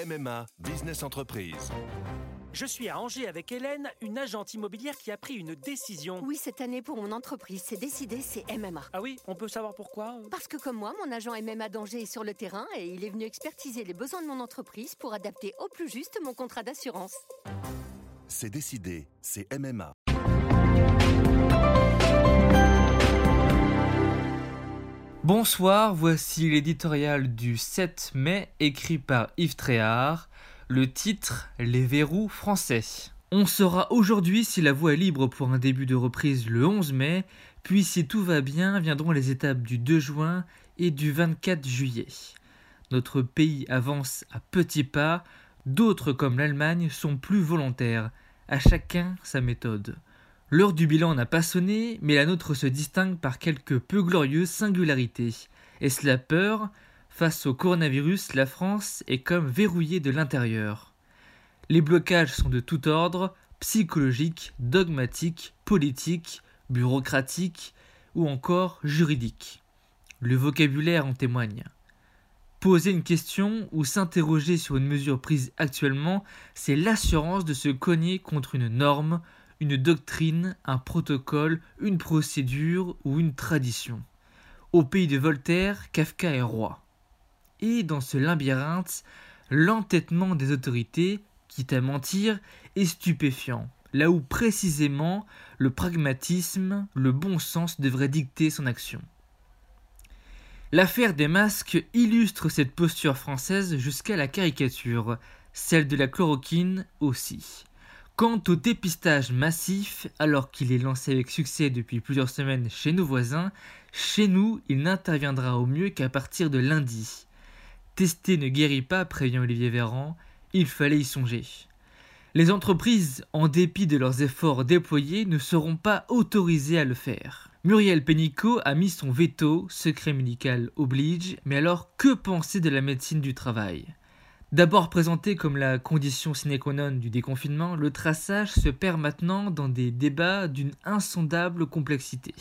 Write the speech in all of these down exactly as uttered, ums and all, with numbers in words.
M M A Business Entreprise. Je suis à Angers avec Hélène, une agente immobilière qui a pris une décision. Oui, cette année pour mon entreprise, c'est décidé, c'est M M A. Ah oui, on peut savoir pourquoi? Parce que comme moi, mon agent M M A d'Angers est sur le terrain et il est venu expertiser les besoins de mon entreprise pour adapter au plus juste mon contrat d'assurance. C'est décidé, c'est M M A. Bonsoir, voici l'éditorial du sept mai écrit par Yves Tréhard. Le titre « Les verrous français ». On saura aujourd'hui si la voie est libre pour un début de reprise le onze mai, puis si tout va bien, viendront les étapes du deux juin et du vingt-quatre juillet. Notre pays avance à petits pas, d'autres comme l'Allemagne sont plus volontaires, à chacun sa méthode. L'heure du bilan n'a pas sonné, mais la nôtre se distingue par quelques peu glorieuses singularités. Est-ce la peur ? Face au coronavirus, la France est comme verrouillée de l'intérieur. Les blocages sont de tout ordre, psychologiques, dogmatiques, politiques, bureaucratiques ou encore juridiques. Le vocabulaire en témoigne. Poser une question ou s'interroger sur une mesure prise actuellement, c'est l'assurance de se cogner contre une norme, une doctrine, un protocole, une procédure ou une tradition. Au pays de Voltaire, Kafka est roi. Et dans ce labyrinthe, l'entêtement des autorités, quitte à mentir, est stupéfiant, là où précisément le pragmatisme, le bon sens devrait dicter son action. L'affaire des masques illustre cette posture française jusqu'à la caricature, celle de la chloroquine aussi. Quant au dépistage massif, alors qu'il est lancé avec succès depuis plusieurs semaines chez nos voisins, chez nous, il n'interviendra au mieux qu'à partir de lundi. Tester ne guérit pas, prévient Olivier Véran, il fallait y songer. Les entreprises, en dépit de leurs efforts déployés, ne seront pas autorisées à le faire. Muriel Pénicaud a mis son veto, secret médical oblige, mais alors que penser de la médecine du travail ? D'abord présenté comme la condition sine qua non du déconfinement, le traçage se perd maintenant dans des débats d'une insondable complexité.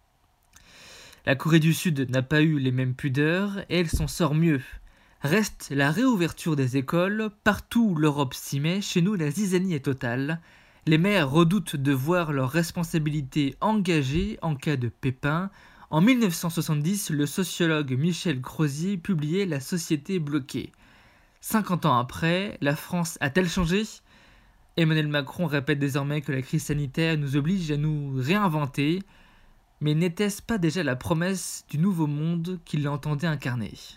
La Corée du Sud n'a pas eu les mêmes pudeurs et elle s'en sort mieux. Reste la réouverture des écoles, partout où l'Europe s'y met, chez nous la zizanie est totale. Les maires redoutent de voir leurs responsabilités engagées en cas de pépin. En dix-neuf cent soixante-dix, le sociologue Michel Crozier publiait La société bloquée. cinquante ans après, la France a-t-elle changé ? Emmanuel Macron répète désormais que la crise sanitaire nous oblige à nous réinventer. Mais n'était-ce pas déjà la promesse du nouveau monde qu'il entendait incarner ?